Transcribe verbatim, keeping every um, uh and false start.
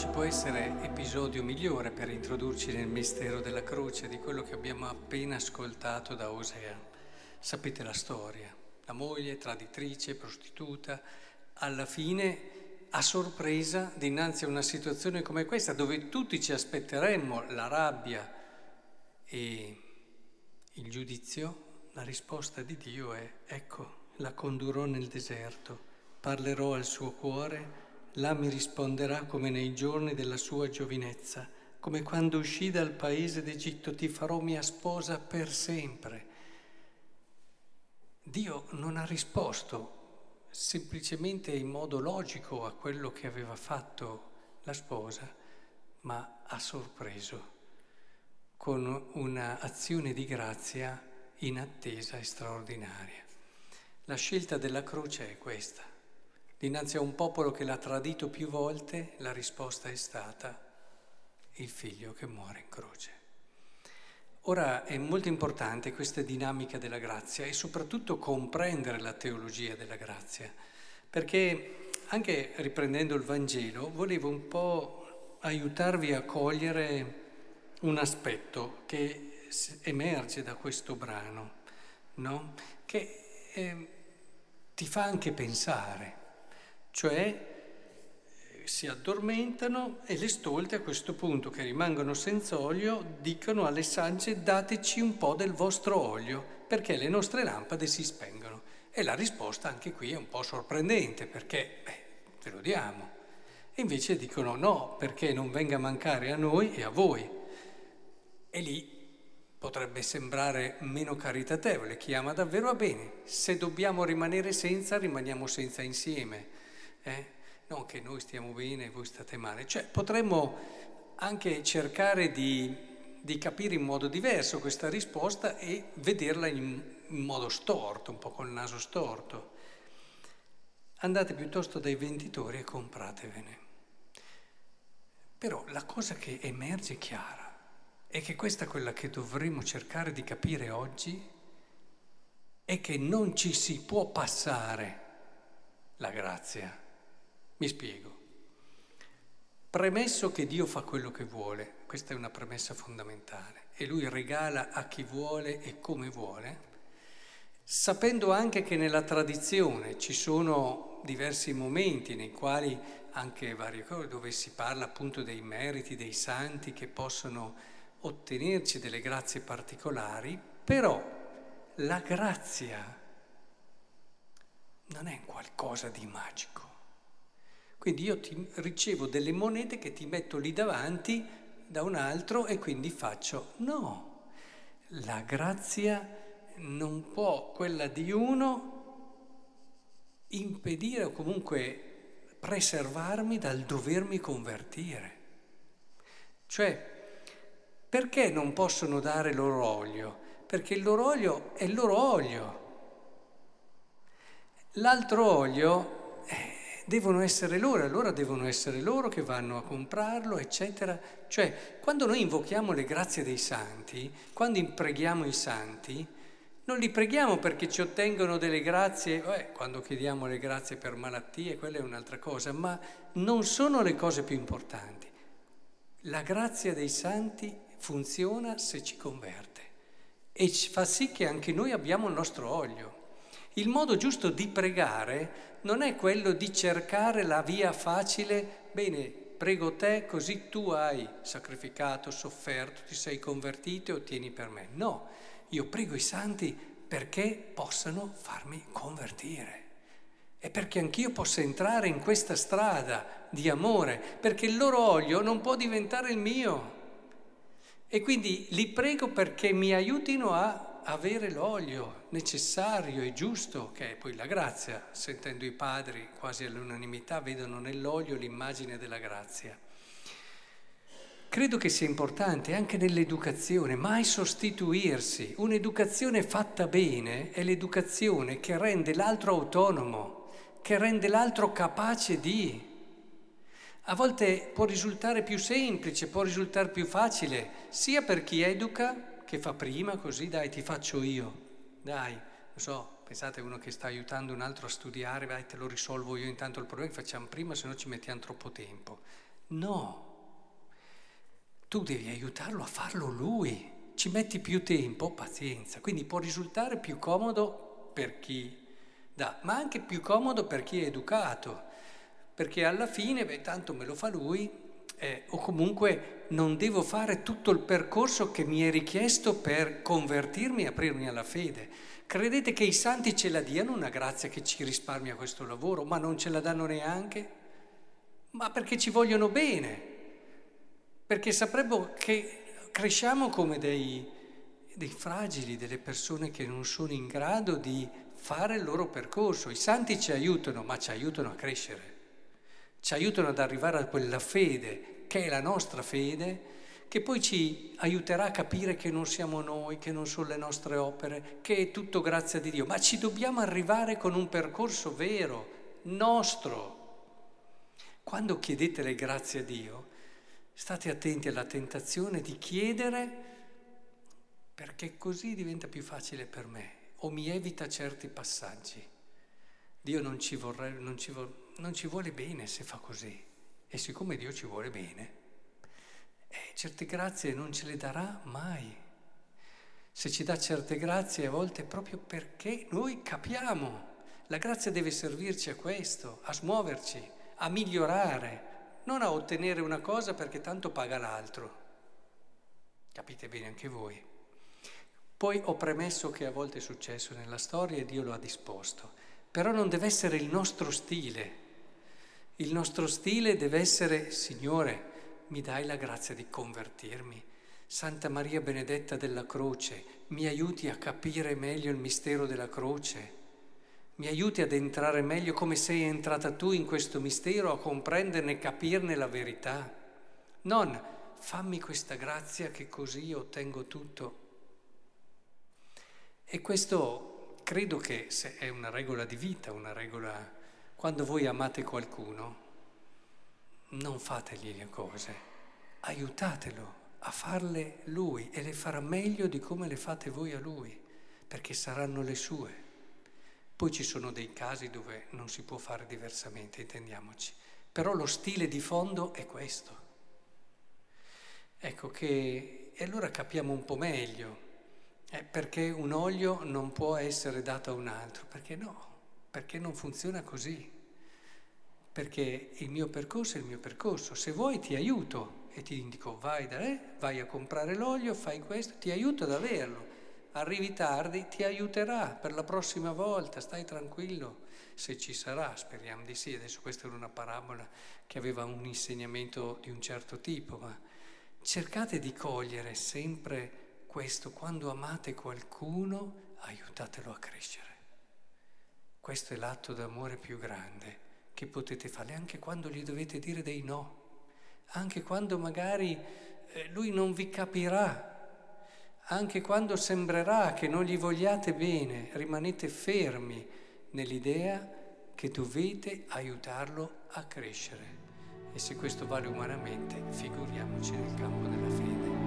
ci può essere episodio migliore per introdurci nel mistero della croce di quello che abbiamo appena ascoltato da Osea. Sapete la storia, la moglie traditrice, prostituta, alla fine a sorpresa dinanzi a una situazione come questa dove tutti ci aspetteremmo la rabbia e il giudizio, la risposta di Dio è: ecco, la condurrò nel deserto, parlerò al suo cuore, là mi risponderà come nei giorni della sua giovinezza, come quando uscì dal paese d'Egitto, ti farò mia sposa per sempre. Dio non ha risposto semplicemente in modo logico a quello che aveva fatto la sposa, ma ha sorpreso con un'azione di grazia inattesa e straordinaria. La scelta della croce è questa. Dinanzi a un popolo che l'ha tradito più volte, la risposta è stata il figlio che muore in croce. Ora è molto importante questa dinamica della grazia e soprattutto comprendere la teologia della grazia, perché anche riprendendo il Vangelo volevo un po' aiutarvi a cogliere un aspetto che emerge da questo brano, no? Che eh, ti fa anche pensare. Cioè si addormentano e le stolte a questo punto, che rimangono senza olio, dicono alle sagge: dateci un po' del vostro olio perché le nostre lampade si spengono. E la risposta anche qui è un po' sorprendente, perché beh, te lo diamo. E invece dicono no, perché non venga a mancare a noi e a voi. E lì potrebbe sembrare meno caritatevole. Chi ama davvero va bene. Se dobbiamo rimanere senza, rimaniamo senza insieme. Eh? Non che noi stiamo bene e voi state male. Cioè potremmo anche cercare di, di capire in modo diverso questa risposta e vederla in, in modo storto, un po' col naso storto. Andate piuttosto dai venditori e compratevene. Però la cosa che emerge chiara è che questa è quella che dovremmo cercare di capire oggi, è che non ci si può passare la grazia. Mi spiego. Premesso che Dio fa quello che vuole, questa è una premessa fondamentale, e Lui regala a chi vuole e come vuole, sapendo anche che nella tradizione ci sono diversi momenti nei quali, anche varie cose, dove si parla appunto dei meriti, dei santi che possono ottenerci delle grazie particolari, però la grazia non è qualcosa di magico. Quindi io ti ricevo delle monete che ti metto lì davanti da un altro e quindi faccio. No, la grazia non può, quella di uno, impedire o comunque preservarmi dal dovermi convertire. Cioè, perché non possono dare loro olio? Perché il loro olio è il loro olio. L'altro olio eh, devono essere loro, allora devono essere loro che vanno a comprarlo, eccetera. Cioè, quando noi invochiamo le grazie dei santi, quando preghiamo i santi, non li preghiamo perché ci ottengono delle grazie, eh, quando chiediamo le grazie per malattie, quella è un'altra cosa, ma non sono le cose più importanti. La grazia dei santi funziona se ci converte e fa sì che anche noi abbiamo il nostro olio. Il modo giusto di pregare non è quello di cercare la via facile, bene, prego te così tu hai sacrificato, sofferto, ti sei convertito e ottieni per me. No, io prego i santi perché possano farmi convertire e perché anch'io possa entrare in questa strada di amore, perché il loro olio non può diventare il mio. E quindi li prego perché mi aiutino a avere l'olio necessario e giusto, che è poi la grazia. Sentendo i padri quasi all'unanimità vedono nell'olio l'immagine della grazia. Credo che sia importante anche nell'educazione mai sostituirsi. Un'educazione fatta bene è l'educazione che rende l'altro autonomo, che rende l'altro capace di... A volte può risultare più semplice, può risultare più facile, sia per chi educa, che fa prima, così dai ti faccio io, dai, non so, pensate a uno che sta aiutando un altro a studiare, vai te lo risolvo io intanto il problema, facciamo prima, se no ci mettiamo troppo tempo. No, tu devi aiutarlo a farlo lui. Ci metti più tempo, pazienza. Quindi può risultare più comodo per chi dà, ma anche più comodo per chi è educato, perché alla fine, beh, tanto me lo fa lui, eh, o comunque non devo fare tutto il percorso che mi è richiesto per convertirmi e aprirmi alla fede. Credete che i santi ce la diano una grazia che ci risparmia questo lavoro, ma non ce la danno neanche? Ma perché ci vogliono bene, perché saprebbero che cresciamo come dei, dei fragili, delle persone che non sono in grado di fare il loro percorso. I santi ci aiutano, ma ci aiutano a crescere, ci aiutano ad arrivare a quella fede che è la nostra fede, che poi ci aiuterà a capire che non siamo noi, che non sono le nostre opere, che è tutto grazia di Dio, ma ci dobbiamo arrivare con un percorso vero, nostro. Quando chiedete le grazie a Dio, state attenti alla tentazione di chiedere perché così diventa più facile per me o mi evita certi passaggi. Dio non ci, vorrei, non ci, vo, non ci vuole bene se fa così, e siccome Dio ci vuole bene, eh, certe grazie non ce le darà mai. Se ci dà certe grazie a volte è proprio perché noi capiamo. La grazia deve servirci a questo, a smuoverci, a migliorare, non a ottenere una cosa perché tanto paga l'altro. Capite bene anche voi. Poi ho premesso che a volte è successo nella storia e Dio lo ha disposto, però non deve essere il nostro stile. Il nostro stile deve essere: Signore, mi dai la grazia di convertirmi. Santa Maria Benedetta della Croce, mi aiuti a capire meglio il mistero della croce. Mi aiuti ad entrare meglio come sei entrata tu in questo mistero, a comprenderne e capirne la verità. Non fammi questa grazia che così ottengo tutto. E questo credo che se è una regola di vita, una regola. Quando voi amate qualcuno, non fategli le cose, aiutatelo a farle lui e le farà meglio di come le fate voi a lui, perché saranno le sue. Poi ci sono dei casi dove non si può fare diversamente, intendiamoci. Però lo stile di fondo è questo. Ecco che, e allora capiamo un po' meglio, eh, perché un olio non può essere dato a un altro. Perché no? Perché non funziona così. Perché il mio percorso è il mio percorso. Se vuoi ti aiuto e ti indico vai da lei, vai a comprare l'olio, fai questo, ti aiuto ad averlo. Arrivi tardi, ti aiuterà per la prossima volta, stai tranquillo, se ci sarà, speriamo di sì. Adesso questa era una parabola che aveva un insegnamento di un certo tipo, ma cercate di cogliere sempre questo: quando amate qualcuno, aiutatelo a crescere. Questo è l'atto d'amore più grande che potete fare, anche quando gli dovete dire dei no, anche quando magari eh, lui non vi capirà. Anche quando sembrerà che non gli vogliate bene, rimanete fermi nell'idea che dovete aiutarlo a crescere. E se questo vale umanamente, figuriamoci nel campo della fede.